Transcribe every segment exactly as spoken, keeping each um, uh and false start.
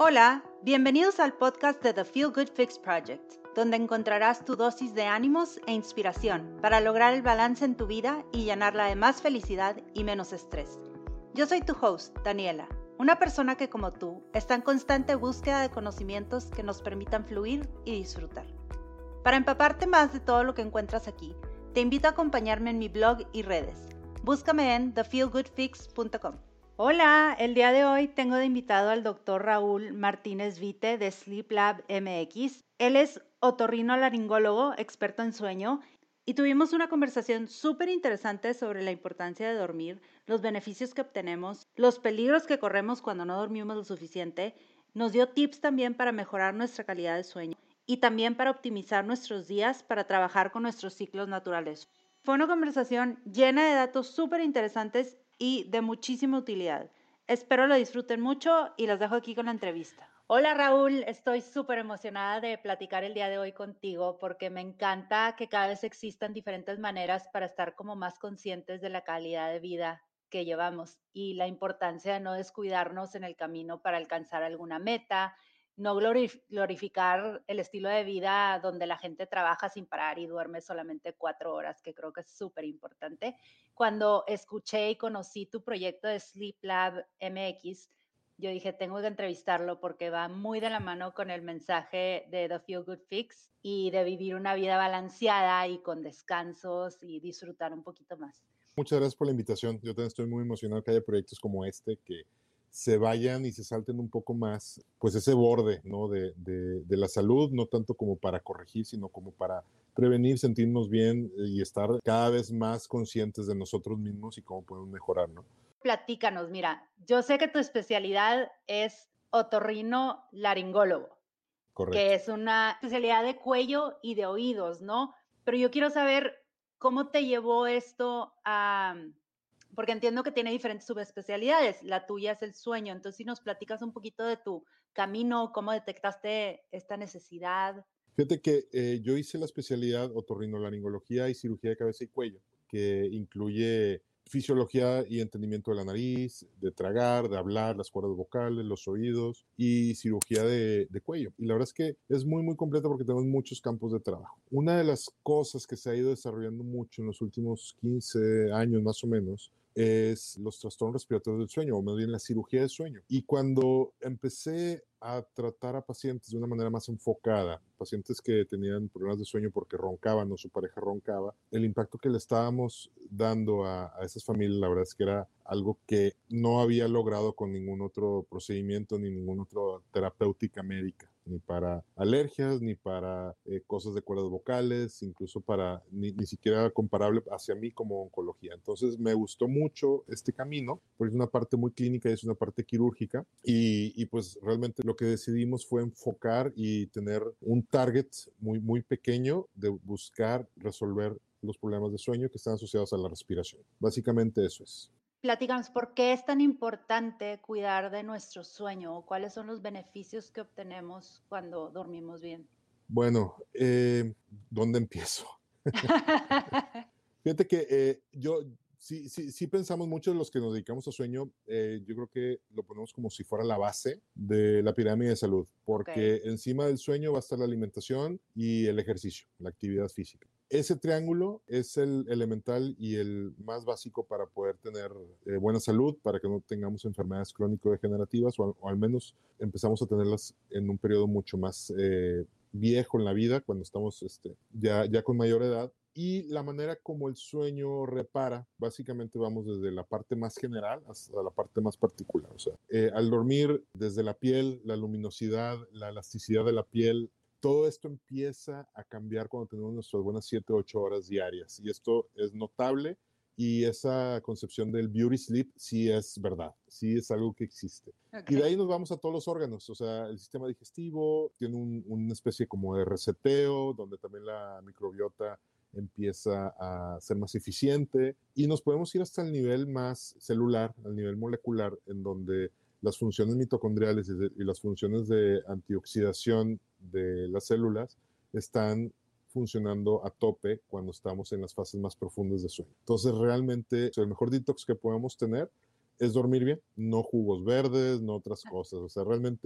Hola, bienvenidos al podcast de The Feel Good Fix Project, donde encontrarás tu dosis de ánimos e inspiración para lograr el balance en tu vida y llenarla de más felicidad y menos estrés. Yo soy tu host, Daniela, una persona que como tú está en constante búsqueda de conocimientos que nos permitan fluir y disfrutar. Para empaparte más de todo lo que encuentras aquí, te invito a acompañarme en mi blog y redes. Búscame en the feel good fix punto com. Hola, el día de hoy tengo de invitado al doctor Raúl Martínez Vite de Sleep Lab M X. Él es otorrinolaringólogo, experto en sueño, y tuvimos una conversación súper interesante sobre la importancia de dormir, los beneficios que obtenemos, los peligros que corremos cuando no dormimos lo suficiente. Nos dio tips también para mejorar nuestra calidad de sueño y también para optimizar nuestros días para trabajar con nuestros ciclos naturales. Fue una conversación llena de datos súper interesantes y de muchísima utilidad. Espero lo disfruten mucho y los dejo aquí con la entrevista. Hola Raúl, estoy súper emocionada de platicar el día de hoy contigo porque me encanta que cada vez existan diferentes maneras para estar como más conscientes de la calidad de vida que llevamos y la importancia de no descuidarnos en el camino para alcanzar alguna meta, no glorificar el estilo de vida donde la gente trabaja sin parar y duerme solamente cuatro horas, que creo que es súper importante. Cuando escuché y conocí tu proyecto de Sleep Lab M X, yo dije, tengo que entrevistarlo porque va muy de la mano con el mensaje de The Feel Good Fix y de vivir una vida balanceada y con descansos y disfrutar un poquito más. Muchas gracias por la invitación. Yo también estoy muy emocionado que haya proyectos como este que se vayan y se salten un poco más, pues ese borde, ¿no? de, de, de la salud, no tanto como para corregir, sino como para prevenir, sentirnos bien y estar cada vez más conscientes de nosotros mismos y cómo podemos mejorar, ¿no? Platícanos, mira, yo sé que tu especialidad es otorrinolaringólogo, Correcto. que es una especialidad de cuello y de oídos, ¿no? Pero yo quiero saber cómo te llevó esto a... Porque entiendo que tiene diferentes subespecialidades. La tuya es el sueño. Entonces, si nos platicas un poquito de tu camino, cómo detectaste esta necesidad. Fíjate que eh, yo hice la especialidad otorrinolaringología y cirugía de cabeza y cuello, que incluye fisiología y entendimiento de la nariz, de tragar, de hablar, las cuerdas vocales, los oídos y cirugía de, de cuello. Y la verdad es que es muy, muy completa porque tenemos muchos campos de trabajo. Una de las cosas que se ha ido desarrollando mucho en los últimos quince años más o menos es los trastornos respiratorios del sueño, o más bien la cirugía del sueño. Y cuando empecé a tratar a pacientes de una manera más enfocada, pacientes que tenían problemas de sueño porque roncaban o su pareja roncaba, el impacto que le estábamos dando a, a esas familias, la verdad es que era algo que no había logrado con ningún otro procedimiento ni ninguna otra terapéutica médica, ni para alergias, ni para eh, cosas de cuerdas vocales, incluso para ni, ni siquiera comparable hacia mí como oncología. Entonces me gustó mucho este camino, porque es una parte muy clínica y es una parte quirúrgica, y, y pues realmente lo que decidimos fue enfocar y tener un target muy, muy pequeño de buscar resolver los problemas de sueño que están asociados a la respiración. Básicamente eso es. Platícanos, ¿por qué es tan importante cuidar de nuestro sueño o cuáles son los beneficios que obtenemos cuando dormimos bien? Bueno, eh, ¿dónde empiezo? Fíjate que eh, yo sí, sí, sí pensamos mucho de los que nos dedicamos a sueño, eh, yo creo que lo ponemos como si fuera la base de la pirámide de salud, porque okay, encima del sueño va a estar la alimentación y el ejercicio, la actividad física. Ese triángulo es el elemental y el más básico para poder tener eh, buena salud, para que no tengamos enfermedades crónico-degenerativas o, o al menos empezamos a tenerlas en un periodo mucho más eh, viejo en la vida, cuando estamos este, ya, ya con mayor edad. Y la manera como el sueño repara, básicamente vamos desde la parte más general hasta la parte más particular. O sea, eh, al dormir, desde la piel, la luminosidad, la elasticidad de la piel, todo esto empieza a cambiar cuando tenemos nuestras buenas siete u ocho horas diarias. Y esto es notable. Y esa concepción del beauty sleep sí es verdad, sí es algo que existe. Okay. Y de ahí nos vamos a todos los órganos, o sea, el sistema digestivo tiene un, una especie como de reseteo, donde también la microbiota empieza a ser más eficiente y nos podemos ir hasta el nivel más celular, al nivel molecular, en donde las funciones mitocondriales y, de, y las funciones de antioxidación de las células están funcionando a tope cuando estamos en las fases más profundas de sueño. Entonces, realmente, el mejor detox que podemos tener es dormir bien, no jugos verdes, no otras cosas. O sea, realmente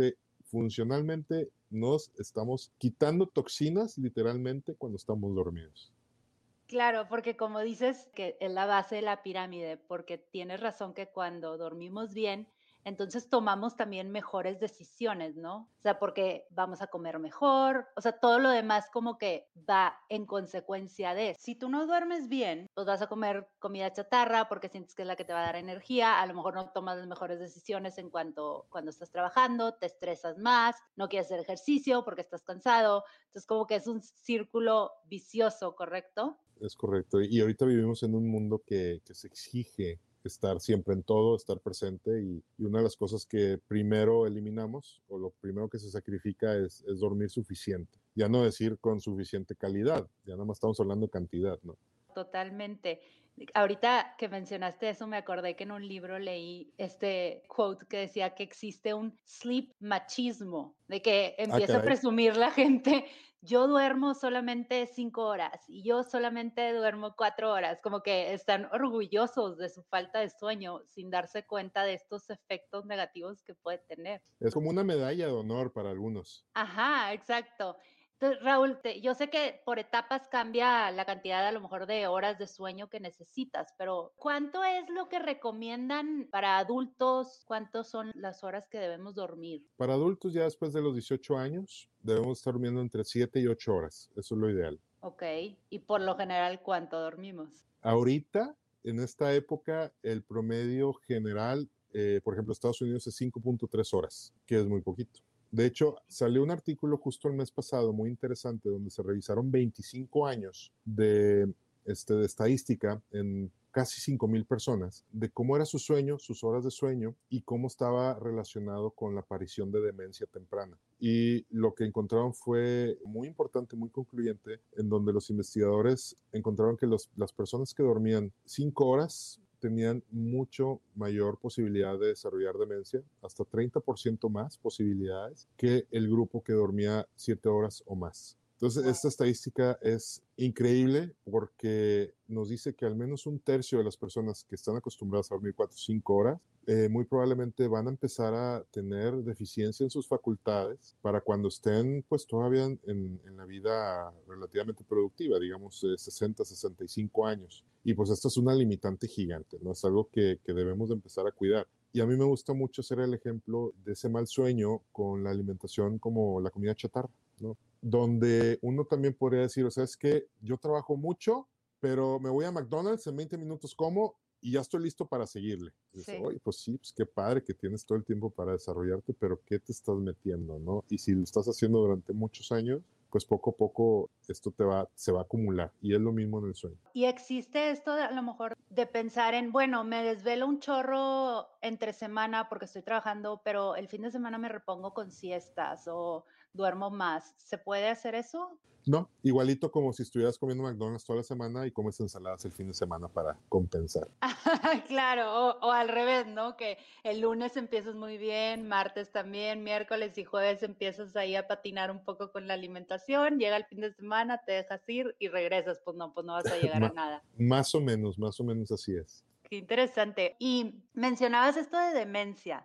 funcionalmente nos estamos quitando toxinas literalmente cuando estamos dormidos. Claro, porque como dices que es la base de la pirámide, porque tienes razón que cuando dormimos bien, entonces tomamos también mejores decisiones, ¿no? O sea, porque vamos a comer mejor, o sea, todo lo demás como que va en consecuencia de. Si tú no duermes bien, pues vas a comer comida chatarra porque sientes que es la que te va a dar energía, a lo mejor no tomas las mejores decisiones en cuanto cuando estás trabajando, te estresas más, no quieres hacer ejercicio porque estás cansado, entonces como que es un círculo vicioso, ¿correcto? Es correcto. Y ahorita vivimos en un mundo que, que se exige estar siempre en todo, estar presente y, y, una de las cosas que primero eliminamos o lo primero que se sacrifica es, es dormir suficiente. Ya no decir con suficiente calidad, ya nada más estamos hablando de cantidad, ¿no? Totalmente. Ahorita que mencionaste eso, me acordé que en un libro leí este quote que decía que existe un sleep machismo, de que Ah, empieza a caray. presumir la gente, yo duermo solamente cinco horas y yo solamente duermo cuatro horas, como que están orgullosos de su falta de sueño sin darse cuenta de estos efectos negativos que puede tener. Es como una medalla de honor para algunos. Ajá, exacto. Entonces, Raúl, te- yo sé que por etapas cambia la cantidad a lo mejor de horas de sueño que necesitas, pero ¿cuánto es lo que recomiendan para adultos? ¿Cuántas son las horas que debemos dormir? Para adultos ya después de los dieciocho años debemos estar durmiendo entre siete y ocho horas. Eso es lo ideal. Ok, y por lo general, ¿cuánto dormimos? Ahorita, en esta época, el promedio general, eh, por ejemplo, Estados Unidos es cinco punto tres horas, que es muy poquito. De hecho, salió un artículo justo el mes pasado muy interesante donde se revisaron veinticinco años de, este, de estadística en casi cinco mil personas de cómo era su sueño, sus horas de sueño y cómo estaba relacionado con la aparición de demencia temprana. Y lo que encontraron fue muy importante, muy concluyente, en donde los investigadores encontraron que los, las personas que dormían cinco horas tenían mucho mayor posibilidad de desarrollar demencia, hasta treinta por ciento más posibilidades que el grupo que dormía siete horas o más. Entonces, Wow. esta estadística es increíble porque nos dice que al menos un tercio de las personas que están acostumbradas a dormir cuatro o cinco horas, eh, muy probablemente van a empezar a tener deficiencia en sus facultades para cuando estén pues todavía en, en la vida relativamente productiva, digamos eh, sesenta, sesenta y cinco años. Y pues esto es una limitante gigante, ¿no? Es algo que, que debemos de empezar a cuidar. Y a mí me gusta mucho hacer el ejemplo de ese mal sueño con la alimentación como la comida chatarra, ¿no? Donde uno también podría decir, o sea, es que yo trabajo mucho, pero me voy a McDonald's, en veinte minutos como y ya estoy listo para seguirle. Y dice, Sí. oye, pues sí, pues qué padre que tienes todo el tiempo para desarrollarte, pero ¿qué te estás metiendo, no? Y si lo estás haciendo durante muchos años, pues poco a poco esto te va, se va a acumular. Y es lo mismo en el sueño. Y existe esto de, a lo mejor de pensar en, bueno, me desvelo un chorro entre semana porque estoy trabajando, pero el fin de semana me repongo con siestas o duermo más. ¿Se puede hacer eso? No, igualito como si estuvieras comiendo McDonald's toda la semana y comes ensaladas el fin de semana para compensar. Claro, o, o al revés, ¿no? Que el lunes empiezas muy bien, martes también, miércoles y jueves empiezas ahí a patinar un poco con la alimentación, llega el fin de semana, te dejas ir y regresas, pues no, pues no vas a llegar a nada. Más o menos, más o menos así es. Qué interesante. Y mencionabas esto de demencia.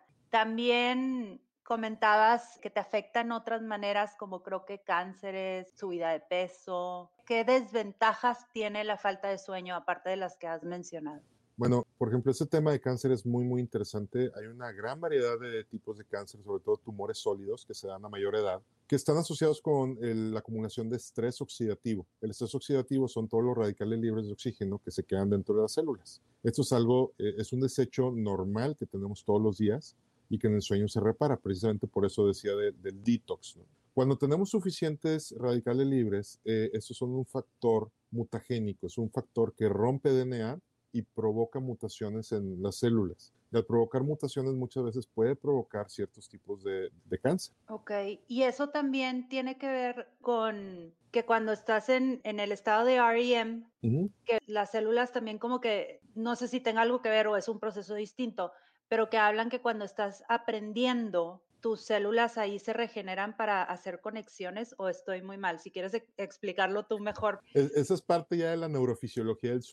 También comentabas que te afectan otras maneras como creo que cánceres, subida de peso. ¿Qué desventajas tiene la falta de sueño aparte de las que has mencionado? Bueno, por ejemplo, este tema de cáncer es muy, muy interesante. Hay una gran variedad de tipos de cáncer, sobre todo tumores sólidos que se dan a mayor edad, que están asociados con el, la acumulación de estrés oxidativo. El estrés oxidativo son todos los radicales libres de oxígeno que se quedan dentro de las células. Esto es algo, eh, es un desecho normal que tenemos todos los días y que en el sueño se repara. Precisamente por eso decía de, del detox, ¿no? Cuando tenemos suficientes radicales libres, eh, estos son un factor mutagénico, es un factor que rompe D N A y provoca mutaciones en las células. Y al provocar mutaciones muchas veces puede provocar ciertos tipos de, de cáncer. Ok, y eso también tiene que ver con que cuando estás en, en el estado de R E M, uh-huh. que las células también como que, no sé si tenga algo que ver o es un proceso distinto, pero que hablan que cuando estás aprendiendo, tus células ahí se regeneran para hacer conexiones o estoy muy mal. Si quieres explicarlo tú mejor. Es, esa es parte ya de la neurofisiología del sueño.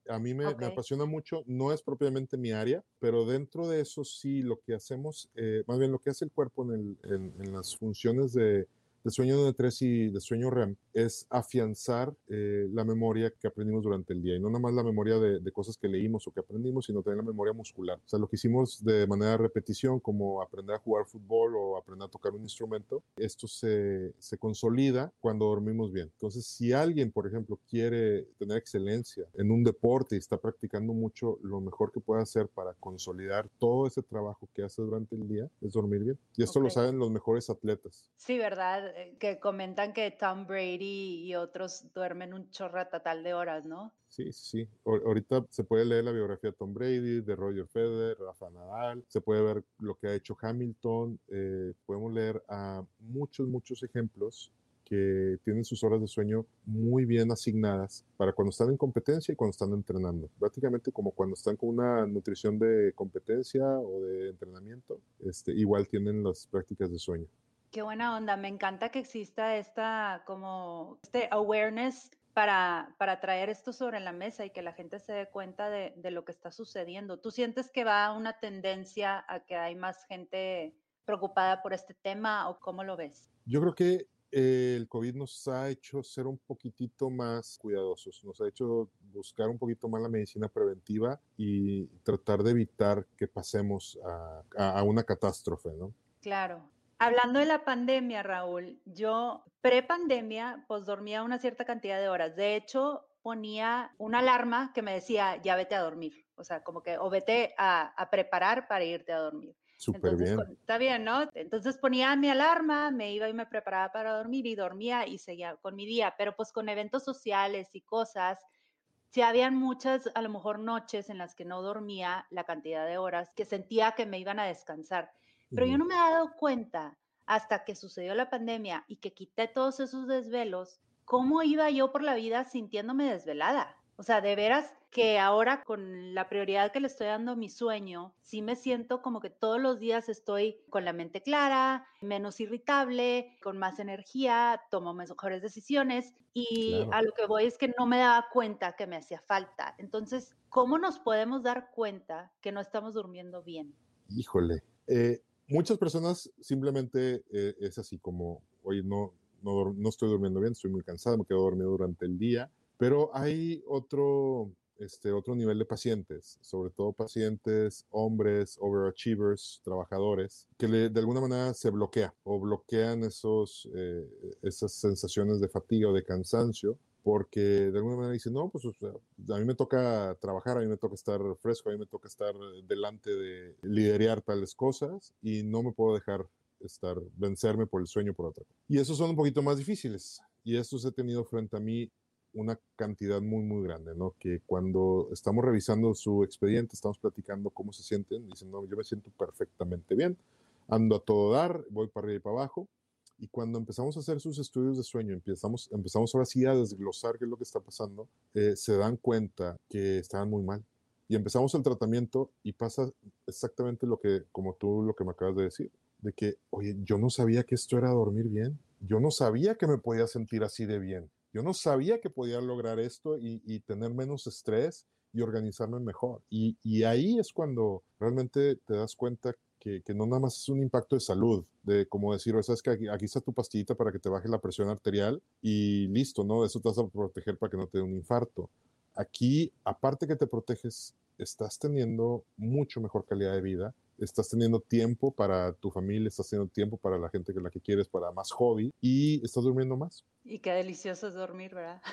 A mí me, me Ok. apasiona mucho, no es propiamente mi área, pero dentro de eso sí, lo que hacemos, eh, más bien lo que hace el cuerpo en, el, en, en las funciones de, de sueño N tres y de sueño R E M es afianzar eh, la memoria que aprendimos durante el día, y no nada más la memoria de, de cosas que leímos o que aprendimos, sino también la memoria muscular. O sea, lo que hicimos de manera de repetición, como aprender a jugar fútbol o aprender a tocar un instrumento, esto se, se consolida cuando dormimos bien. Entonces, si alguien, por ejemplo, quiere tener excelencia en un deporte y está practicando mucho, lo mejor que puede hacer para consolidar todo ese trabajo que hace durante el día es dormir bien. Y esto Ok. lo saben los mejores atletas. Sí, ¿verdad? Eh, Que comentan que Tom Brady y otros duermen un chorratatal de horas, ¿no? Sí, sí, sí. Ahor- Ahorita se puede leer la biografía de Tom Brady, de Roger Federer, Rafa Nadal, se puede ver lo que ha hecho Hamilton, eh, podemos leer a muchos, muchos ejemplos que tienen sus horas de sueño muy bien asignadas para cuando están en competencia y cuando están entrenando. Prácticamente como cuando están con una nutrición de competencia o de entrenamiento, este, igual tienen las prácticas de sueño. Qué buena onda, me encanta que exista esta como este awareness para, para traer esto sobre la mesa y que la gente se dé cuenta de, de lo que está sucediendo. ¿Tú sientes que va una tendencia a que hay más gente preocupada por este tema o cómo lo ves? Yo creo que eh, el COVID nos ha hecho ser un poquitito más cuidadosos, nos ha hecho buscar un poquito más la medicina preventiva y tratar de evitar que pasemos a, a- a una catástrofe, ¿no? Claro. Hablando de la pandemia, Raúl, yo pre-pandemia, pues dormía una cierta cantidad de horas. De hecho, ponía una alarma que me decía, ya vete a dormir. O sea, como que, o vete a, a preparar para irte a dormir. Súper Entonces, bien, con- está bien, ¿no? Entonces ponía mi alarma, me iba y me preparaba para dormir y dormía y seguía con mi día. Pero pues con eventos sociales y cosas, sí habían muchas, a lo mejor noches en las que no dormía la cantidad de horas que sentía que me iban a descansar. Pero yo ujú, no me he dado cuenta hasta que sucedió la pandemia y que quité todos esos desvelos, cómo iba yo por la vida sintiéndome desvelada. O sea, de veras que ahora con la prioridad que le estoy dando a mi sueño, sí me siento como que todos los días estoy con la mente clara, menos irritable, con más energía, tomo mejores decisiones y claro. a lo que voy es que no me daba cuenta que me hacía falta. Entonces, ¿cómo nos podemos dar cuenta que no estamos durmiendo bien? Híjole. Eh, muchas personas simplemente eh, es así como, oye, no, no, dor- no estoy durmiendo bien, estoy muy cansado, me quedo dormido durante el día, pero hay otro, este, otro nivel de pacientes, sobre todo pacientes, hombres, overachievers, trabajadores, que le- de alguna manera se bloquea o bloquean esos, eh, esas sensaciones de fatiga o de cansancio porque de alguna manera dicen, no, pues o sea, a mí me toca trabajar, a mí me toca estar fresco, a mí me toca estar delante de liderar tales cosas y no me puedo dejar estar, vencerme por el sueño por otra. Y esos son un poquito más difíciles y estos he tenido frente a mí una cantidad muy, muy grande, ¿no? Que cuando estamos revisando su expediente, estamos platicando cómo se sienten, dicen, no, yo me siento perfectamente bien, ando a todo dar, voy para arriba y para abajo, y cuando empezamos a hacer sus estudios de sueño, empezamos, empezamos ahora sí a desglosar qué es lo que está pasando, eh, se dan cuenta que estaban muy mal. Y empezamos el tratamiento y pasa exactamente lo que, como tú lo que me acabas de decir, de que, oye, yo no sabía que esto era dormir bien. Yo no sabía que me podía sentir así de bien. Yo no sabía que podía lograr esto y, y tener menos estrés y organizarme mejor. Y, y ahí es cuando realmente te das cuenta que, que, no nada más es un impacto de salud, de como decir, o sabes que aquí, aquí, está tu pastillita para que te baje la presión arterial y listo, ¿no? Eso te vas a proteger para que no te dé un infarto. Aquí, aparte que te proteges, estás teniendo mucho mejor calidad de vida, estás teniendo tiempo para tu familia, estás teniendo tiempo para la gente que la que quieres, para más hobby y estás durmiendo más. Y qué delicioso es dormir, ¿verdad?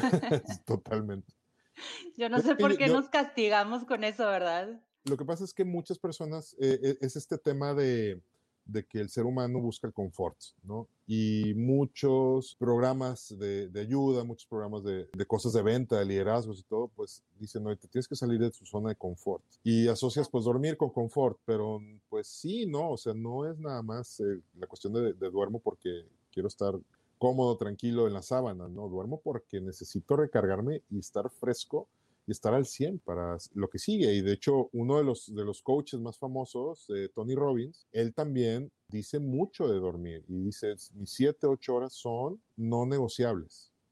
Totalmente. Yo no sé Fíjate que por yo, qué yo, nos castigamos con eso, ¿verdad? lo que pasa es que muchas personas, eh, es este tema de, de, que el ser humano busca el confort, ¿no? Y muchos programas de, de ayuda, muchos programas de, de, cosas de venta, de liderazgos y todo, pues dicen, no, te tienes que salir de tu zona de confort. Y asocias pues dormir con confort, pero pues sí, no, o sea, no es nada más eh, la cuestión de, de duermo porque quiero estar cómodo, tranquilo en la sábana, no, duermo porque necesito recargarme y estar fresco y estar al cien para lo que sigue. Y de hecho, uno de los, de los coaches más famosos, eh, Tony Robbins, él también dice mucho de dormir y dice, mis siete, ocho horas son no negociables.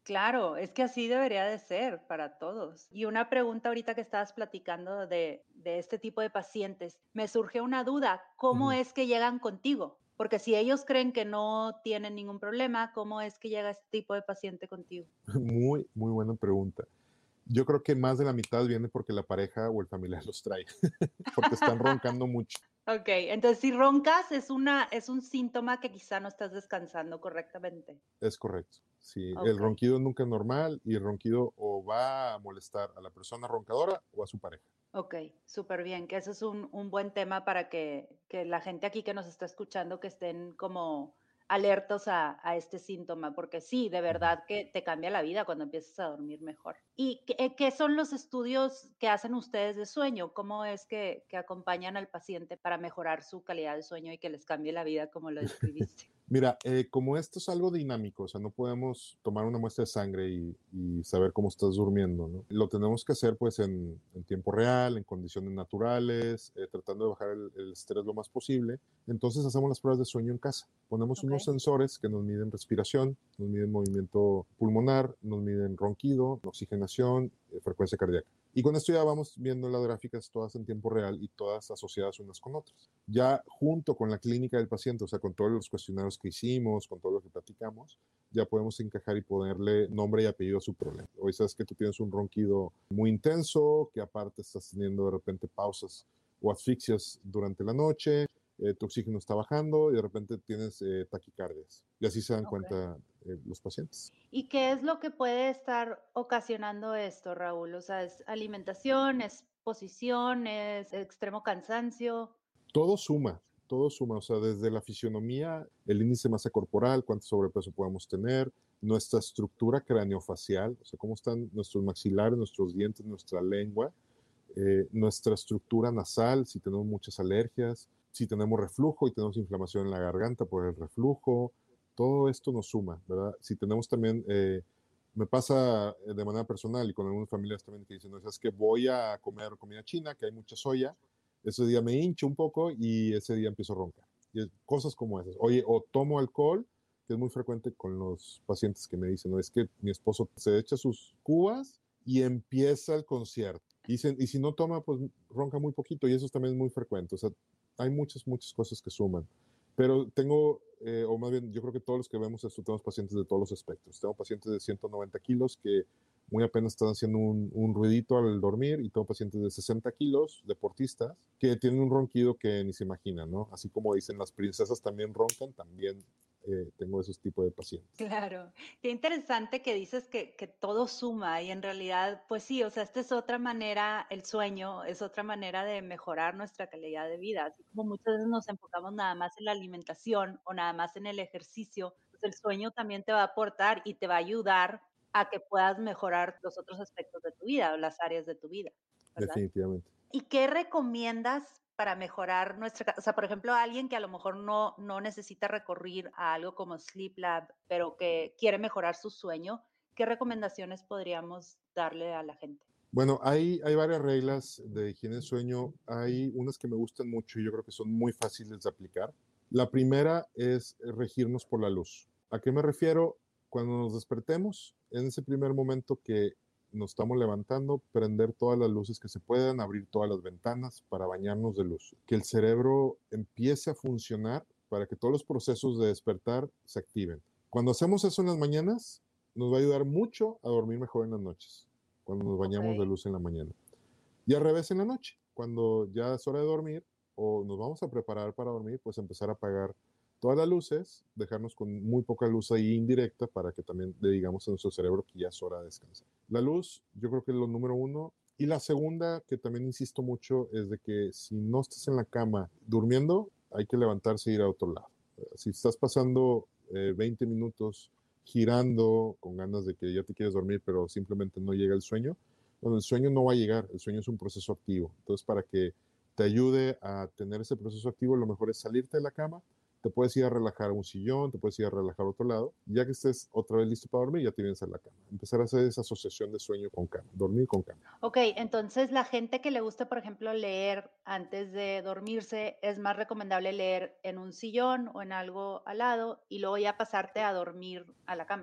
Claro, es que así debería de ser para todos. Y una pregunta ahorita que estabas platicando de, de este tipo de pacientes, me surge una duda, ¿cómo Ujú. es que llegan contigo? Porque si ellos creen que no tienen ningún problema, ¿cómo es que llega este tipo de paciente contigo? Muy, muy buena pregunta. Yo creo que más de la mitad viene porque la pareja o el familiar los trae, porque están roncando mucho. Ok, entonces si roncas es una, es un síntoma que quizá no estás descansando correctamente. Es correcto. Sí, el Ok. ronquido nunca es normal y el ronquido o va a molestar a la persona roncadora o a su pareja. Ok, súper bien, que eso es un, un buen tema para que, que la gente aquí que nos está escuchando que estén como alertos a, a este síntoma, porque sí, de Ujú. verdad que te cambia la vida cuando empiezas a dormir mejor. ¿Y qué, eh, qué son los estudios que hacen ustedes de sueño? ¿Cómo es que, que acompañan al paciente para mejorar su calidad de sueño y que les cambie la vida como lo describiste? Mira, eh, como esto es algo dinámico, o sea, no podemos tomar una muestra de sangre y, y saber cómo estás durmiendo, ¿no? Lo tenemos que hacer pues en, en tiempo real, en condiciones naturales, eh, tratando de bajar el, el estrés lo más posible. Entonces hacemos las pruebas de sueño en casa. Ponemos Ok, unos sensores que nos miden respiración, nos miden movimiento pulmonar, nos miden ronquido, oxigenación, eh, frecuencia cardíaca. Y con esto ya vamos viendo las gráficas todas en tiempo real y todas asociadas unas con otras. Ya junto con la clínica del paciente, o sea, con todos los cuestionarios que hicimos, con todo lo que platicamos, ya podemos encajar y ponerle nombre y apellido a su problema. Hoy sabes que tú tienes un ronquido muy intenso, que aparte estás teniendo de repente pausas o asfixias durante la noche, eh, tu oxígeno está bajando y de repente tienes eh, taquicardias. Y así se dan ok. cuenta eh, los pacientes. ¿Y qué es lo que puede estar ocasionando esto, Raúl? O sea, ¿es alimentación, es posición, es extremo cansancio? Todo suma, todo suma, o sea, desde la fisionomía, el índice de masa corporal, cuánto sobrepeso podemos tener, nuestra estructura craneofacial, o sea, cómo están nuestros maxilares, nuestros dientes, nuestra lengua, eh, nuestra estructura nasal, si tenemos muchas alergias, si tenemos reflujo y tenemos inflamación en la garganta por el reflujo, todo esto nos suma, ¿verdad? Si tenemos también, eh, me pasa de manera personal y con algunas familias también que dicen, no, es que voy a comer comida china, que hay mucha soya, ese día me hincho un poco y ese día empiezo a roncar. Y es, cosas como esas. Oye, o tomo alcohol, que es muy frecuente con los pacientes que me dicen, no, es que mi esposo se echa sus cubas y empieza el concierto. Y, se, y si no toma, pues ronca muy poquito y eso también es muy frecuente. O sea, hay muchas, muchas cosas que suman. Pero tengo, eh, o más bien, yo creo que todos los que vemos esto tenemos pacientes de todos los espectros. Tengo pacientes de ciento noventa kilos que muy apenas están haciendo un, un ruidito al dormir y tengo pacientes de sesenta kilos, deportistas, que tienen un ronquido que ni se imaginan, ¿no? Así como dicen las princesas también roncan, también eh, tengo esos tipos de pacientes. Claro, qué interesante que dices que, que todo suma y en realidad, pues sí, o sea, esta es otra manera, el sueño es otra manera de mejorar nuestra calidad de vida, así como muchas veces nos enfocamos nada más en la alimentación o nada más en el ejercicio, pues el sueño también te va a aportar y te va a ayudar a que puedas mejorar los otros aspectos de tu vida o las áreas de tu vida, ¿verdad? Definitivamente. ¿Y qué recomiendas para mejorar nuestra ca o sea, por ejemplo, alguien que a lo mejor no no necesita recurrir a algo como Sleep Lab, pero que quiere mejorar su sueño, ¿qué recomendaciones podríamos darle a la gente? Bueno, hay, hay varias reglas de higiene del sueño. Hay unas que me gustan mucho y yo creo que son muy fáciles de aplicar. La primera es regirnos por la luz. ¿A qué me refiero? Cuando nos despertemos, en ese primer momento que nos estamos levantando, prender todas las luces que se puedan, abrir todas las ventanas para bañarnos de luz. Que el cerebro empiece a funcionar para que todos los procesos de despertar se activen. Cuando hacemos eso en las mañanas, nos va a ayudar mucho a dormir mejor en las noches cuando nos bañamos de Okey. luz en la mañana. Y al revés en la noche, cuando ya es hora de dormir o nos vamos a preparar para dormir, pues empezar a apagar todas las luces, dejarnos con muy poca luz ahí indirecta para que también le digamos a nuestro cerebro que ya es hora de descansar. La luz, yo creo que es lo número uno. Y la segunda, que también insisto mucho, es de que si no estás en la cama durmiendo, hay que levantarse e ir a otro lado. Si estás pasando eh, veinte minutos girando con ganas de que ya te quieres dormir, pero simplemente no llega el sueño, bueno, el sueño no va a llegar, el sueño es un proceso activo. Entonces, para que te ayude a tener ese proceso activo, lo mejor es salirte de la cama, te puedes ir a relajar a un sillón, te puedes ir a relajar a otro lado, ya que estés otra vez listo para dormir, ya te vienes a la cama. Empezar a hacer esa asociación de sueño con cama, dormir con cama. Okey, entonces, la gente que le gusta, por ejemplo, leer antes de dormirse, es más recomendable leer en un sillón o en algo al lado, y luego ya pasarte a dormir a la cama.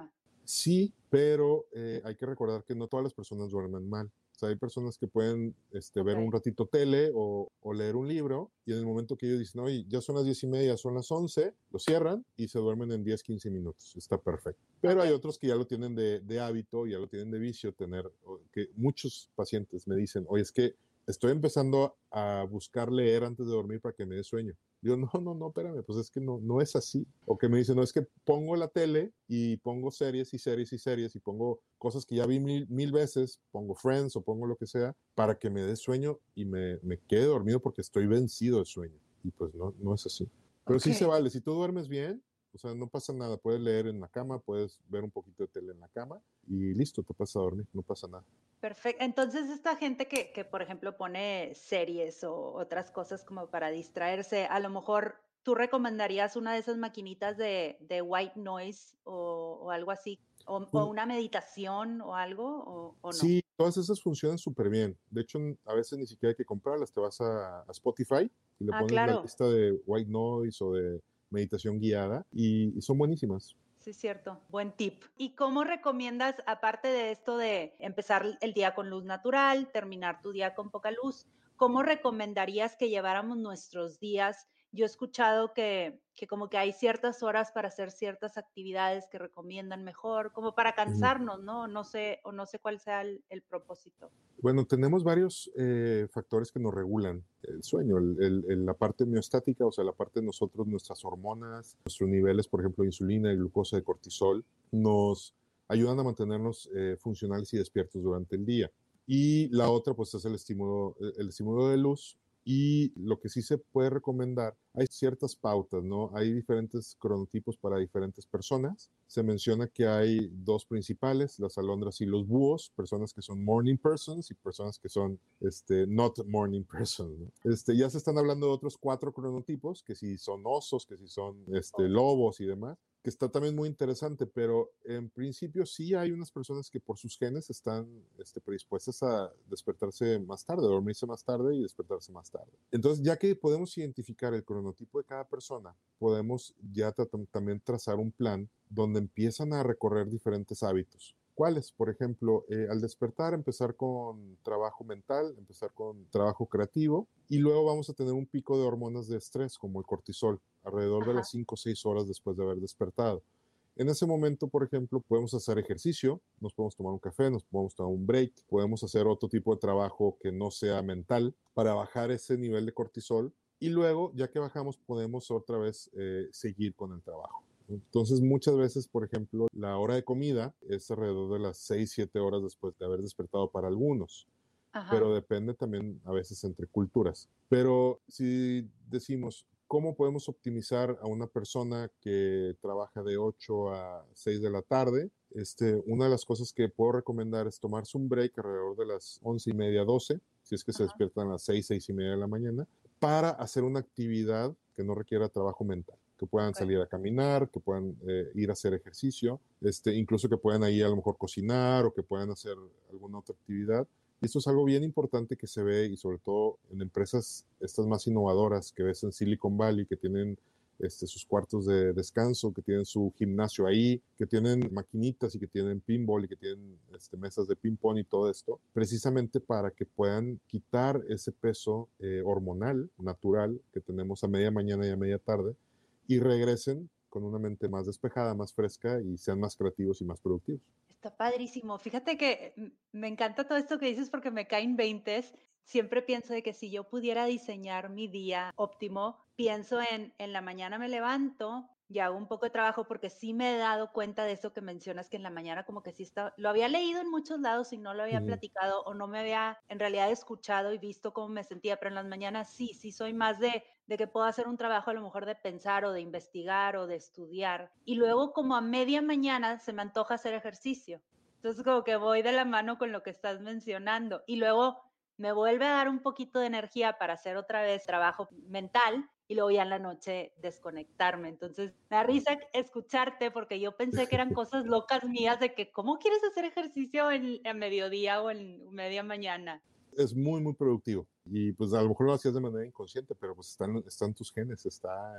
Sí, pero eh, hay que recordar que no todas las personas duermen mal. O sea, hay personas que pueden este, ver un Ok, ratito tele o, o leer un libro y en el momento que ellos dicen, oye, ya son las diez y media, son las once, lo cierran y se duermen en diez, quince minutos. Está perfecto. Pero hay ok. otros que ya lo tienen de, de hábito, ya lo tienen de vicio, tener, que muchos pacientes me dicen, oye, es que estoy empezando a buscar leer antes de dormir para que me dé sueño. Digo, no, no, no, espérame, pues es que no, no es así. O que me dicen, no, es que pongo la tele y pongo series y series y series y pongo cosas que ya vi mil, mil veces, pongo Friends o pongo lo que sea, para que me dé sueño y me, me quede dormido porque estoy vencido de sueño. Y pues no, no es así. Pero Ok. sí se vale, si tú duermes bien, o sea, no pasa nada, puedes leer en la cama, puedes ver un poquito de tele en la cama y listo, te pasas a dormir, no pasa nada. Perfecto. Entonces, esta gente que, que, por ejemplo, pone series o otras cosas como para distraerse, a lo mejor tú recomendarías una de esas maquinitas de, de white noise o, o algo así, o, o Pues, una meditación o algo, o, o no. sí, todas esas funcionan súper bien. De hecho, a veces ni siquiera hay que comprarlas. Te vas a, a Spotify y le Ah, pones la claro. lista de white noise o de meditación guiada y, y son buenísimas. Sí, cierto. Buen tip. ¿Y cómo recomiendas, aparte de esto de empezar el día con luz natural, terminar tu día con poca luz, cómo recomendarías que lleváramos nuestros días? Yo he escuchado que, que como que hay ciertas horas para hacer ciertas actividades que recomiendan mejor, como para Ujú. cansarnos, ¿no? No sé, o no sé cuál sea el, el propósito. Bueno, tenemos varios eh, factores que nos regulan el sueño, el, el, el, la parte miostática, o sea, la parte de nosotros, nuestras hormonas, nuestros niveles, por ejemplo, de insulina, de glucosa, de cortisol, nos ayudan a mantenernos eh, funcionales y despiertos durante el día. Y la otra, pues, es el estímulo, el estímulo de luz. Y lo que sí se puede recomendar, hay ciertas pautas, ¿no? Hay diferentes cronotipos para diferentes personas. Se menciona que hay dos principales, las alondras y los búhos, personas que son morning persons y personas que son este, not morning persons, ¿no? Este, ya se están hablando de otros cuatro cronotipos, que si son osos, que si son este, lobos y demás, que está también muy interesante, pero en principio sí hay unas personas que por sus genes están este, predispuestas a despertarse más tarde, dormirse más tarde y despertarse más tarde. Entonces, ya que podemos identificar el cronotipo de cada persona, podemos ya tra también trazar un plan donde empiezan a recorrer diferentes hábitos. ¿Cuáles? Por ejemplo, eh, al despertar, empezar con trabajo mental, empezar con trabajo creativo y luego vamos a tener un pico de hormonas de estrés como el cortisol alrededor de Ajá. las cinco o seis horas después de haber despertado. En ese momento, por ejemplo, podemos hacer ejercicio, nos podemos tomar un café, nos podemos tomar un break, podemos hacer otro tipo de trabajo que no sea mental para bajar ese nivel de cortisol y luego, ya que bajamos, podemos otra vez eh, seguir con el trabajo. Entonces, muchas veces, por ejemplo, la hora de comida es alrededor de las seis, siete horas después de haber despertado para algunos, pero Ajá. depende también a veces entre culturas. Pero si decimos, ¿cómo podemos optimizar a una persona que trabaja de ocho a seis de la tarde? Este, una de las cosas que puedo recomendar es tomarse un break alrededor de las once y media, doce, si es que se Ajá. despiertan a las seis, seis y media de la mañana, para hacer una actividad que no requiera trabajo mental, que puedan Ok. salir a caminar, que puedan eh, ir a hacer ejercicio, este, incluso que puedan ahí a lo mejor cocinar o que puedan hacer alguna otra actividad. Y esto es algo bien importante que se ve y sobre todo en empresas estas más innovadoras que ves en Silicon Valley, que tienen este, sus cuartos de descanso, que tienen su gimnasio ahí, que tienen maquinitas y que tienen pinball y que tienen este, mesas de ping pong y todo esto, precisamente para que puedan quitar ese peso eh, hormonal natural que tenemos a media mañana y a media tarde y regresen con una mente más despejada, más fresca y sean más creativos y más productivos. Está padrísimo. Fíjate que mm, me encanta todo esto que dices porque me caen veintes. Siempre pienso de que si yo pudiera diseñar mi día óptimo, pienso en, en la mañana me levanto y hago un poco de trabajo porque sí me he dado cuenta de eso que mencionas, que en la mañana como que sí está, lo había leído en muchos lados y no lo Uh había -huh. platicado o no me había en realidad escuchado y visto cómo me sentía, pero en las mañanas sí, sí soy más de, de que puedo hacer un trabajo a lo mejor de pensar o de investigar o de estudiar. Y luego como a media mañana se me antoja hacer ejercicio. Entonces como que voy de la mano con lo que estás mencionando y luego me vuelve a dar un poquito de energía para hacer otra vez trabajo mental y luego ya en la noche desconectarme. Entonces me da risa escucharte porque yo pensé que eran cosas locas mías de que cómo quieres hacer ejercicio en, a mediodía o en media mañana. Es muy, muy productivo. Y pues a lo mejor lo hacías de manera inconsciente, pero pues están, están tus genes, está en,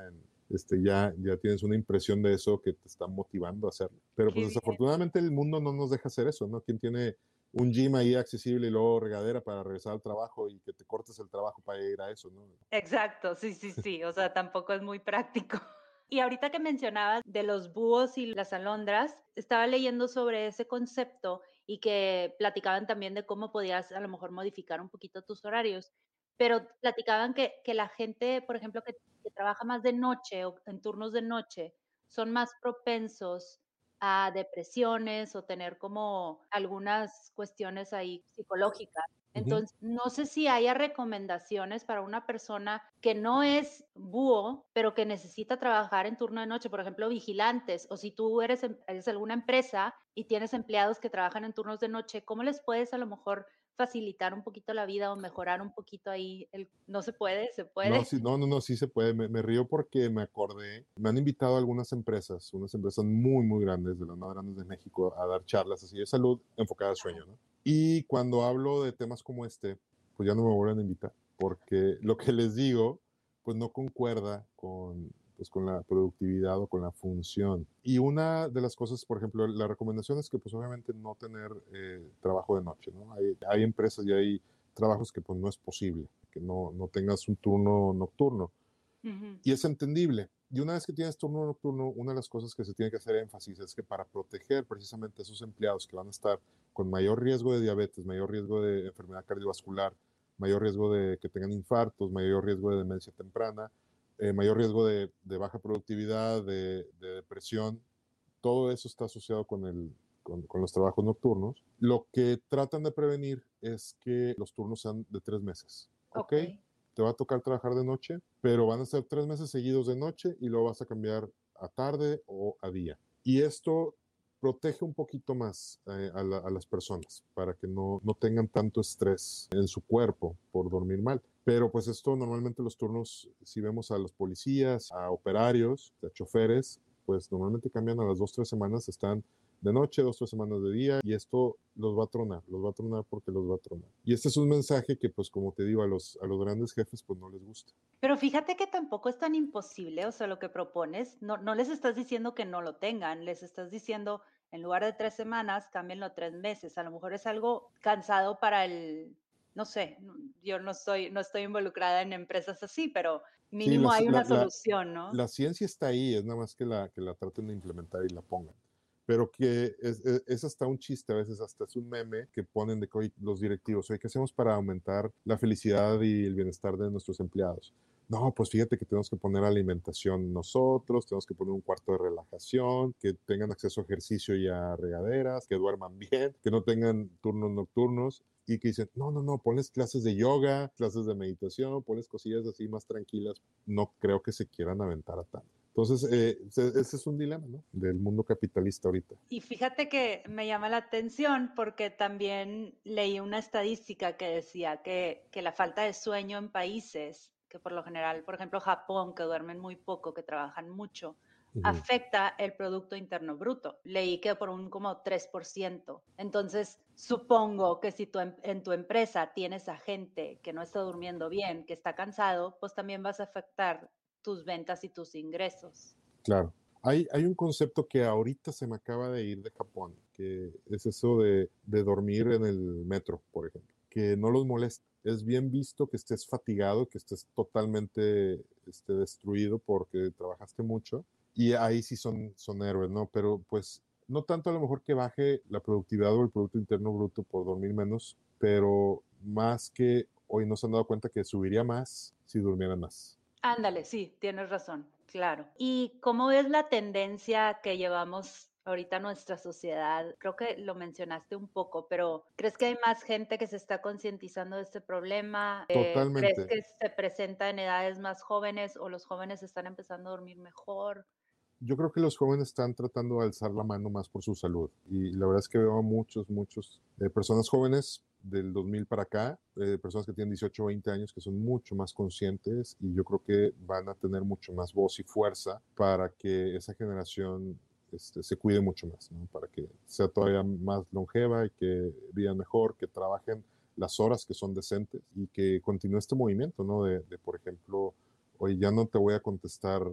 este, ya, ya tienes una impresión de eso que te está motivando a hacerlo. Pero Qué pues bien. desafortunadamente el mundo no nos deja hacer eso, ¿no? ¿Quién tiene un gym ahí accesible y luego regadera para regresar al trabajo y que te cortes el trabajo para ir a eso, ¿no? Exacto, sí, sí, sí, o sea, tampoco es muy práctico. Y ahorita que mencionabas de los búhos y las alondras, estaba leyendo sobre ese concepto y que platicaban también de cómo podías a lo mejor modificar un poquito tus horarios, pero platicaban que, que la gente, por ejemplo, que, que trabaja más de noche o en turnos de noche, son más propensos a depresiones o tener como algunas cuestiones ahí psicológicas. Ujú. Entonces, no sé si haya recomendaciones para una persona que no es búho, pero que necesita trabajar en turno de noche, por ejemplo, vigilantes, o si tú eres, em- eres alguna empresa y tienes empleados que trabajan en turnos de noche, ¿cómo les puedes a lo mejor facilitar un poquito la vida o mejorar un poquito ahí? El, ¿no se puede? ¿Se No, puede? sí, no, no, no, sí se puede. Me, me río porque me acordé. Me han invitado a algunas empresas, unas empresas muy, muy grandes, de las más grandes de México, a dar charlas así de salud enfocada al sueño, ¿no? Y cuando hablo de temas como este, pues ya no me vuelven a invitar, porque lo que les digo, pues no concuerda con, pues, con la productividad o con la función. Y una de las cosas, por ejemplo, la recomendación es que pues obviamente no tener eh, trabajo de noche, ¿no? Hay, hay empresas y hay trabajos que pues no es posible, que no, no tengas un turno nocturno. Ujú. Y es entendible. Y una vez que tienes turno nocturno, una de las cosas que se tiene que hacer énfasis es que para proteger precisamente a esos empleados que van a estar con mayor riesgo de diabetes, mayor riesgo de enfermedad cardiovascular, mayor riesgo de que tengan infartos, mayor riesgo de demencia temprana, eh, mayor riesgo de, de baja productividad, de, de depresión, todo eso está asociado con, el, con, con, los trabajos nocturnos. Lo que tratan de prevenir es que los turnos sean de tres meses. ¿Ok? Ok. Te va a tocar trabajar de noche, pero van a ser tres meses seguidos de noche y luego vas a cambiar a tarde o a día. Y esto protege un poquito más eh, a, la, a, las personas para que no, no tengan tanto estrés en su cuerpo por dormir mal. Pero pues esto normalmente los turnos, si vemos a los policías, a operarios, a choferes, pues normalmente cambian a las dos, tres semanas, están de noche, dos, tres semanas de día, y esto los va a tronar, los va a tronar porque los va a tronar. Y este es un mensaje que, pues como te digo, a los, a los grandes jefes, pues no les gusta. Pero fíjate que tampoco es tan imposible, o sea, lo que propones, no, no les estás diciendo que no lo tengan, les estás diciendo, en lugar de tres semanas, cámbienlo a tres meses. A lo mejor es algo cansado para el, no sé, no- yo no estoy, no estoy involucrada en empresas así, pero Sí, la, mínimo hay la, una la, solución, ¿no? la ciencia está ahí, es nada más que la, que la traten de implementar y la pongan. Pero que es, es, es hasta un chiste, a veces hasta es un meme que ponen de que hoy los directivos, oye, ¿qué hacemos para aumentar la felicidad y el bienestar de nuestros empleados? No, pues fíjate que tenemos que poner alimentación nosotros, tenemos que poner un cuarto de relajación, que tengan acceso a ejercicio y a regaderas, que duerman bien, que no tengan turnos nocturnos y que dicen, no, no, no, ponles clases de yoga, clases de meditación, ponles cosillas así más tranquilas. No creo que se quieran aventar a tanto. Entonces, eh, ese es un dilema, ¿no? Del mundo capitalista ahorita. Y fíjate que me llama la atención porque también leí una estadística que decía que, que la falta de sueño en países, que por lo general, por ejemplo, Japón, que duermen muy poco, que trabajan mucho, Uh -huh. afecta el Producto Interno Bruto. Leí que por un como tres por ciento. Entonces, supongo que si tú en, en tu empresa tienes a gente que no está durmiendo bien, que está cansado, pues también vas a afectar tus ventas y tus ingresos. Claro. Hay, hay un concepto que ahorita se me acaba de ir de Japón, que es eso de, de dormir en el metro, por ejemplo, que no los molesta. Es bien visto que estés fatigado, que estés totalmente este, destruido porque trabajaste mucho, y ahí sí son, son héroes, ¿no? Pero pues no tanto a lo mejor que baje la productividad o el Producto Interno Bruto por dormir menos, pero más que hoy no se han dado cuenta que subiría más si durmieran más. Ándale, sí, tienes razón, claro. ¿Y cómo ves la tendencia que llevamos ahorita en nuestra sociedad? Creo que lo mencionaste un poco, pero ¿crees que hay más gente que se está concientizando de este problema? Eh, ¿crees Totalmente. que se presenta en edades más jóvenes o los jóvenes están empezando a dormir mejor? Yo creo que los jóvenes están tratando de alzar la mano más por su salud. Y la verdad es que veo a muchos, muchos eh, personas jóvenes del dos mil para acá, eh, personas que tienen dieciocho o veinte años que son mucho más conscientes y yo creo que van a tener mucho más voz y fuerza para que esa generación este, se cuide mucho más, ¿no? Para que sea todavía más longeva y que vivan mejor, que trabajen las horas que son decentes y que continúe este movimiento, ¿no? De, de por ejemplo, hoy ya no te voy a contestar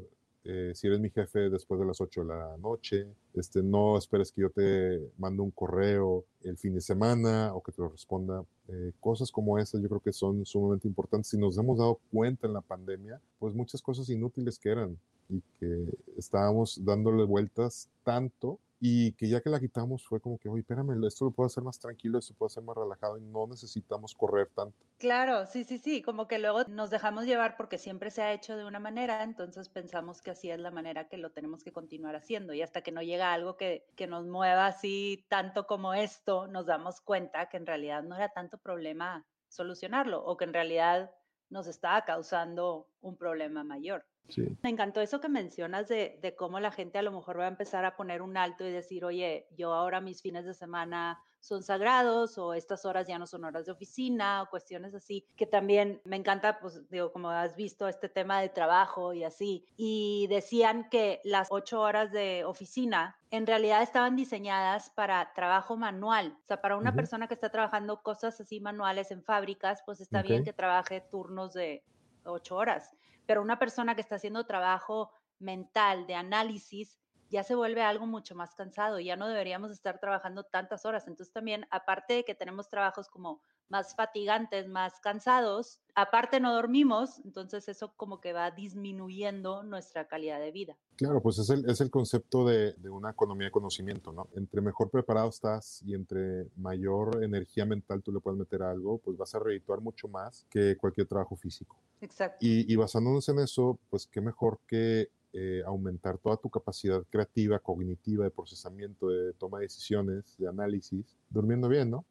eh, si eres mi jefe después de las ocho de la noche, este, no esperes que yo te mande un correo el fin de semana o que te lo responda. Eh, cosas como esas yo creo que son sumamente importantes. Si nos hemos dado cuenta en la pandemia, pues muchas cosas inútiles que eran y que estábamos dándole vueltas tanto y que ya que la quitamos fue como que, oye, espérame, esto lo puedo hacer más tranquilo, esto puedo hacer más relajado y no necesitamos correr tanto. Claro, sí, sí, sí, como que luego nos dejamos llevar porque siempre se ha hecho de una manera, entonces pensamos que así es la manera que lo tenemos que continuar haciendo y hasta que no llega algo que, que nos mueva así tanto como esto, nos damos cuenta que en realidad no era tanto problema solucionarlo o que en realidad nos estaba causando un problema mayor. Sí. Me encantó eso que mencionas de, de cómo la gente a lo mejor va a empezar a poner un alto y decir, oye, yo ahora mis fines de semana son sagrados o estas horas ya no son horas de oficina o cuestiones así, que también me encanta, pues digo, como has visto, este tema de trabajo y así. Y decían que las ocho horas de oficina en realidad estaban diseñadas para trabajo manual. O sea, para una Uh-huh. persona que está trabajando cosas así manuales en fábricas, pues está Okay. bien que trabaje turnos de ocho horas. Pero una persona que está haciendo trabajo mental, de análisis, ya se vuelve algo mucho más cansado, ya no deberíamos estar trabajando tantas horas. Entonces también, aparte de que tenemos trabajos como más fatigantes, más cansados, aparte no dormimos, entonces eso como que va disminuyendo nuestra calidad de vida. Claro, pues es el, es el concepto de, de una economía de conocimiento, ¿no? Entre mejor preparado estás y entre mayor energía mental tú le puedes meter a algo, pues vas a redituar mucho más que cualquier trabajo físico. Exacto. Y, y basándonos en eso, pues qué mejor que eh, aumentar toda tu capacidad creativa, cognitiva, de procesamiento, de toma de decisiones, de análisis, durmiendo bien, ¿no?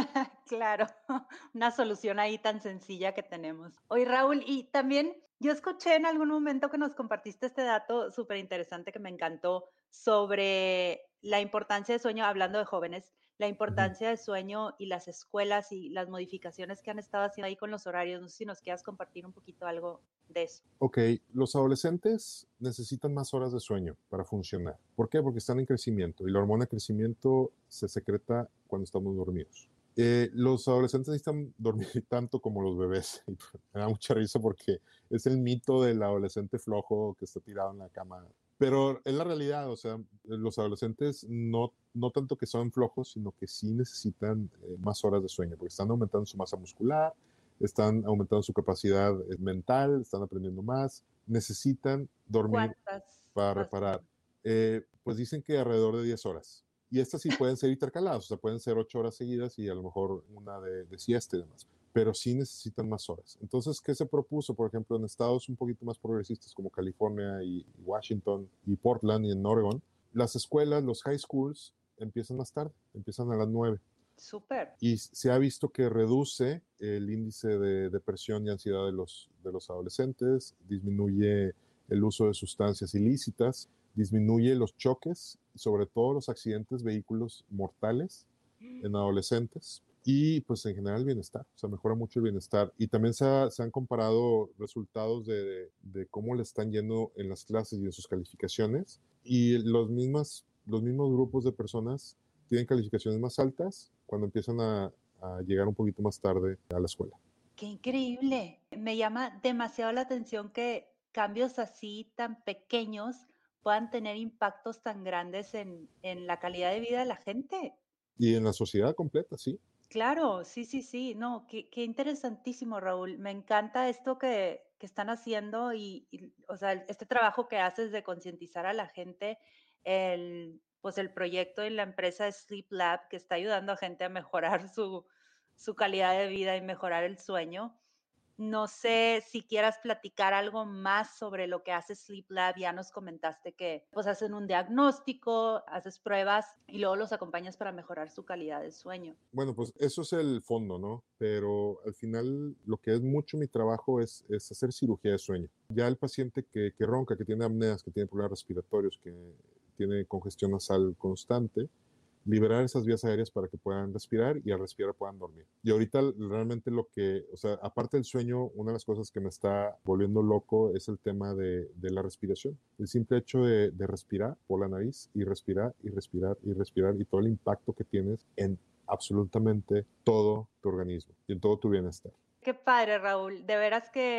Claro, una solución ahí tan sencilla que tenemos. Oye, Raúl, y también yo escuché en algún momento que nos compartiste este dato súper interesante que me encantó sobre la importancia de sueño, hablando de jóvenes, la importancia del sueño y las escuelas y las modificaciones que han estado haciendo ahí con los horarios. No sé si nos quieras compartir un poquito algo de eso. Ok, los adolescentes necesitan más horas de sueño para funcionar. ¿Por qué? Porque están en crecimiento y la hormona de crecimiento se secreta cuando estamos dormidos. Eh, los adolescentes necesitan dormir tanto como los bebés. Y me da mucha risa porque es el mito del adolescente flojo que está tirado en la cama. Pero es la realidad, o sea, los adolescentes no, no tanto que son flojos, sino que sí necesitan eh, más horas de sueño porque están aumentando su masa muscular, están aumentando su capacidad mental, están aprendiendo más, necesitan dormir ¿Cuántas para más o reparar. menos? Eh, pues dicen que alrededor de diez horas. Y estas sí pueden ser intercaladas, o sea, pueden ser ocho horas seguidas y a lo mejor una de, de siesta y demás. Pero sí necesitan más horas. Entonces, ¿qué se propuso? Por ejemplo, en estados un poquito más progresistas como California y Washington y Portland y en Oregon, las escuelas, los high schools, empiezan más tarde, empiezan a las nueve. Súper. Y se ha visto que reduce el índice de depresión y ansiedad de los, de los adolescentes, disminuye el uso de sustancias ilícitas, disminuye los choques, sobre todo los accidentes vehículos mortales en adolescentes y pues en general el bienestar, o sea, mejora mucho el bienestar. Y también se, ha, se han comparado resultados de, de, de cómo le están yendo en las clases y en sus calificaciones y los, mismas, los mismos grupos de personas tienen calificaciones más altas cuando empiezan a, a llegar un poquito más tarde a la escuela. Qué increíble. Me llama demasiado la atención que cambios así tan pequeños puedan tener impactos tan grandes en, en la calidad de vida de la gente. Y en la sociedad completa, sí. Claro, sí, sí, sí. No, qué, qué interesantísimo, Raúl. Me encanta esto que, que están haciendo y, y, o sea, este trabajo que haces de concientizar a la gente, el, pues el proyecto y la empresa Sleep Lab que está ayudando a gente a mejorar su, su calidad de vida y mejorar el sueño. No sé si quieras platicar algo más sobre lo que hace Sleep Lab. Ya nos comentaste que pues hacen un diagnóstico, haces pruebas y luego los acompañas para mejorar su calidad de sueño. Bueno, pues eso es el fondo, ¿no? Pero al final lo que es mucho mi trabajo es, es hacer cirugía de sueño. Ya el paciente que, que ronca, que tiene apneas, que tiene problemas respiratorios, que tiene congestión nasal constante, liberar esas vías aéreas para que puedan respirar y al respirar puedan dormir. Y ahorita realmente lo que, o sea, aparte del sueño, una de las cosas que me está volviendo loco es el tema de, de la respiración. El simple hecho de, de respirar por la nariz y respirar y respirar y respirar y todo el impacto que tienes en absolutamente todo tu organismo y en todo tu bienestar. Qué padre, Raúl. De veras que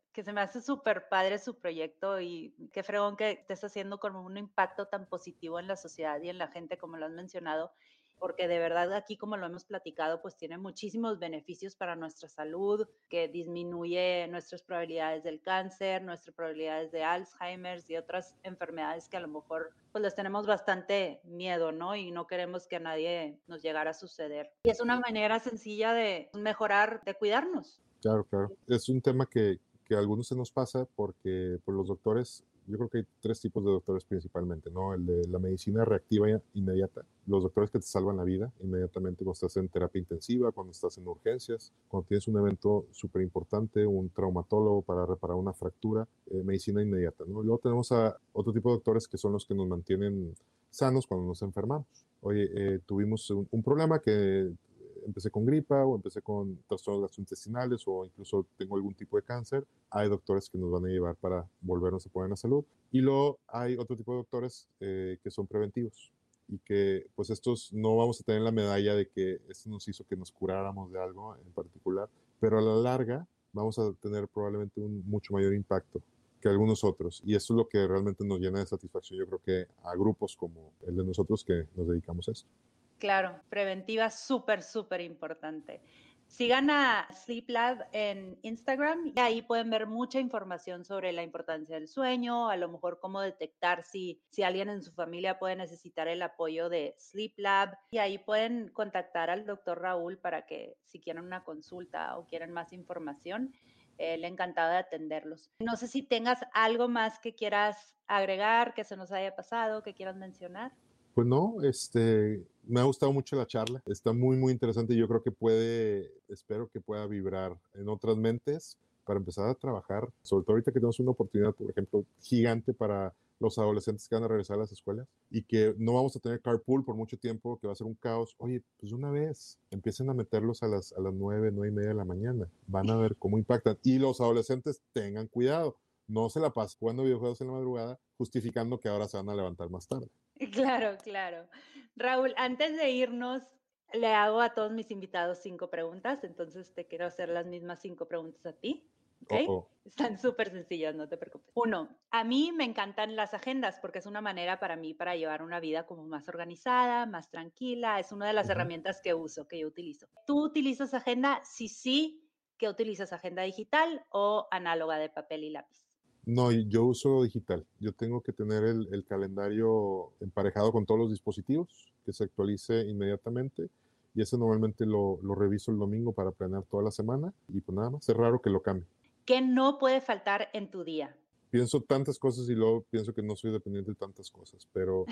que se me hace súper padre su proyecto y qué fregón que estés haciendo como un impacto tan positivo en la sociedad y en la gente, como lo has mencionado, porque de verdad aquí, como lo hemos platicado, pues tiene muchísimos beneficios para nuestra salud, que disminuye nuestras probabilidades del cáncer, nuestras probabilidades de Alzheimer y otras enfermedades que a lo mejor pues les tenemos bastante miedo, ¿no? Y no queremos que a nadie nos llegara a suceder. Y es una manera sencilla de mejorar, de cuidarnos. Claro, claro. Es un tema que, que a algunos se nos pasa porque por los doctores, yo creo que hay tres tipos de doctores principalmente, ¿no? El de la medicina reactiva inmediata, los doctores que te salvan la vida inmediatamente cuando estás en terapia intensiva, cuando estás en urgencias, cuando tienes un evento súper importante, un traumatólogo para reparar una fractura, eh, medicina inmediata, ¿no? Luego tenemos a otro tipo de doctores que son los que nos mantienen sanos cuando nos enfermamos. Oye, eh, tuvimos un, un problema que empecé con gripa o empecé con trastornos gastrointestinales o incluso tengo algún tipo de cáncer, hay doctores que nos van a llevar para volvernos a poner en la salud. Y luego hay otro tipo de doctores eh, que son preventivos y que pues estos no vamos a tener la medalla de que esto nos hizo que nos curáramos de algo en particular, pero a la larga vamos a tener probablemente un mucho mayor impacto que algunos otros. Y eso es lo que realmente nos llena de satisfacción, yo creo que a grupos como el de nosotros que nos dedicamos a esto. Claro, preventiva súper, súper importante. Sigan a Sleep Lab en Instagram y ahí pueden ver mucha información sobre la importancia del sueño, a lo mejor cómo detectar si, si alguien en su familia puede necesitar el apoyo de Sleep Lab. Y ahí pueden contactar al doctor Raúl para que si quieren una consulta o quieren más información, él encantado de atenderlos. No sé si tengas algo más que quieras agregar, que se nos haya pasado, que quieras mencionar. Pues no, este, me ha gustado mucho la charla, está muy, muy interesante y yo creo que puede, espero que pueda vibrar en otras mentes para empezar a trabajar, sobre todo ahorita que tenemos una oportunidad, por ejemplo, gigante para los adolescentes que van a regresar a las escuelas y que no vamos a tener carpool por mucho tiempo, que va a ser un caos. Oye, pues una vez empiecen a meterlos a las, a las nueve, nueve y media de la mañana, van a ver cómo impactan. Y los adolescentes tengan cuidado, no se la pasen jugando videojuegos en la madrugada, justificando que ahora se van a levantar más tarde. Claro, claro. Raúl, antes de irnos, le hago a todos mis invitados cinco preguntas, entonces te quiero hacer las mismas cinco preguntas a ti, ¿ok? Oh, oh. Están súper sencillas, no te preocupes. Uno, a mí me encantan las agendas porque es una manera para mí para llevar una vida como más organizada, más tranquila. Es una de las Uh-huh. herramientas que uso, que yo utilizo. ¿Tú utilizas agenda? Si sí, ¿qué utilizas? ¿Agenda digital o análoga de papel y lápiz? No, yo uso digital. Yo tengo que tener el, el, calendario emparejado con todos los dispositivos, que se actualice inmediatamente. Y eso normalmente lo, lo reviso el domingo para planear toda la semana. Y pues nada más, es raro que lo cambie. ¿Qué no puede faltar en tu día? Pienso tantas cosas y luego pienso que no soy dependiente de tantas cosas. Pero,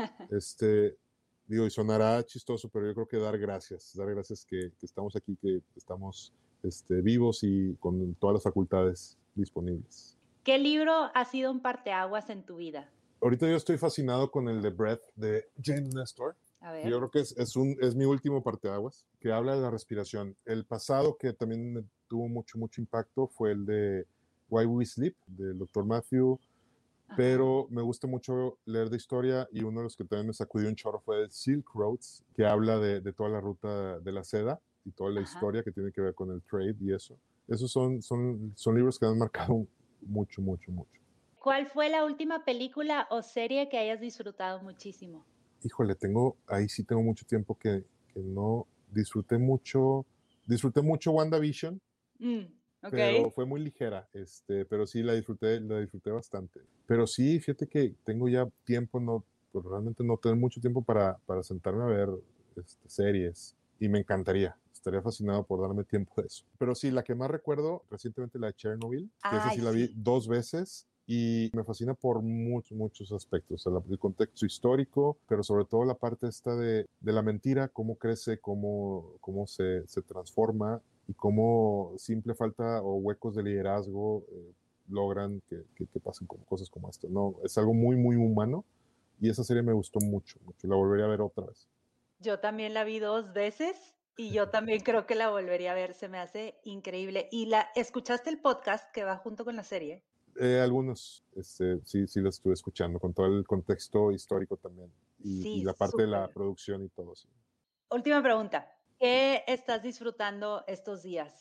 este, digo, y sonará chistoso, pero yo creo que dar gracias. Dar gracias que, que estamos aquí, que estamos este, vivos y con todas las facultades disponibles. ¿Qué libro ha sido un parteaguas en tu vida? Ahorita yo estoy fascinado con el de Breath de James Nestor. A ver. Yo creo que es, es, un, es mi último parteaguas, que habla de la respiración. El pasado que también me tuvo mucho, mucho impacto fue el de Why We Sleep, del doctor Matthew. Ajá. Pero me gusta mucho leer de historia y uno de los que también me sacudió un chorro fue el Silk Roads, que habla de, de toda la ruta de la seda y toda la Ajá. historia que tiene que ver con el trade y eso. Esos son, son, son libros que han marcado mucho, mucho, mucho. ¿Cuál fue la última película o serie que hayas disfrutado muchísimo? Híjole, tengo, ahí sí tengo mucho tiempo que, que no disfruté mucho, disfruté mucho WandaVision, mm, okay. Pero fue muy ligera, este, pero sí la disfruté, la disfruté bastante. Pero sí, fíjate que tengo ya tiempo, no, pues realmente no tengo mucho tiempo para, para sentarme a ver este, series y me encantaría, estaría fascinado por darme tiempo de eso. Pero sí, la que más recuerdo, recientemente la de Chernobyl, que Ay, esa sí la vi sí. dos veces. Y me fascina por muchos, muchos aspectos, o sea, el contexto histórico, pero sobre todo la parte esta de, de la mentira, cómo crece, cómo, cómo se, se transforma y cómo simple falta o huecos de liderazgo eh, logran que, que, que pasen como cosas como esto. No, es algo muy, muy humano y esa serie me gustó mucho, mucho. La volvería a ver otra vez. Yo también la vi dos veces y yo también creo que la volvería a ver, se me hace increíble. ¿Y la escuchaste el podcast que va junto con la serie? Eh, algunos, este, sí, sí los estuve escuchando, con todo el contexto histórico también y, sí, y la parte super. de la producción y todo. Sí. Última pregunta, ¿qué estás disfrutando estos días?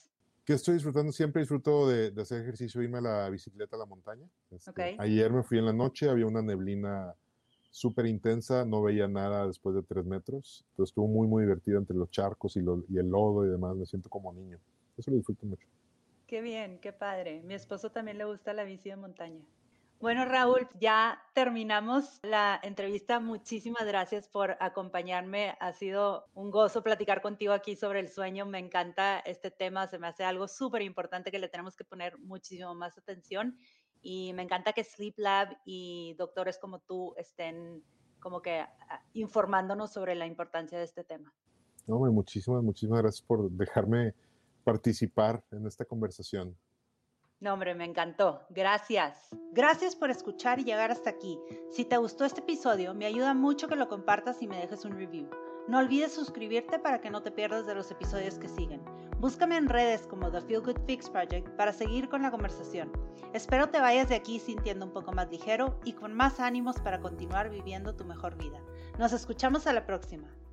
¿Qué estoy disfrutando? Siempre disfruto de, de hacer ejercicio, irme a la bicicleta a la montaña. Este, Okay. Ayer me fui en la noche, había una neblina súper intensa, no veía nada después de tres metros. Entonces estuvo muy, muy divertido entre los charcos y, lo, y el lodo y demás. Me siento como niño. Eso lo disfruto mucho. Qué bien, qué padre. Mi esposo también le gusta la bici de montaña. Bueno, Raúl, ya terminamos la entrevista. Muchísimas gracias por acompañarme. Ha sido un gozo platicar contigo aquí sobre el sueño. Me encanta este tema. Se me hace algo súper importante que le tenemos que poner muchísimo más atención. Y me encanta que Sleep Lab y doctores como tú estén como que ah, informándonos sobre la importancia de este tema. No, muchísimas, muchísimas gracias por dejarme participar en esta conversación. No, hombre, me encantó. Gracias. Gracias por escuchar y llegar hasta aquí. Si te gustó este episodio, me ayuda mucho que lo compartas y me dejes un review. No olvides suscribirte para que no te pierdas de los episodios que siguen. Búscame en redes como The Feel Good Fix Project para seguir con la conversación. Espero te vayas de aquí sintiendo un poco más ligero y con más ánimos para continuar viviendo tu mejor vida. Nos escuchamos a la próxima.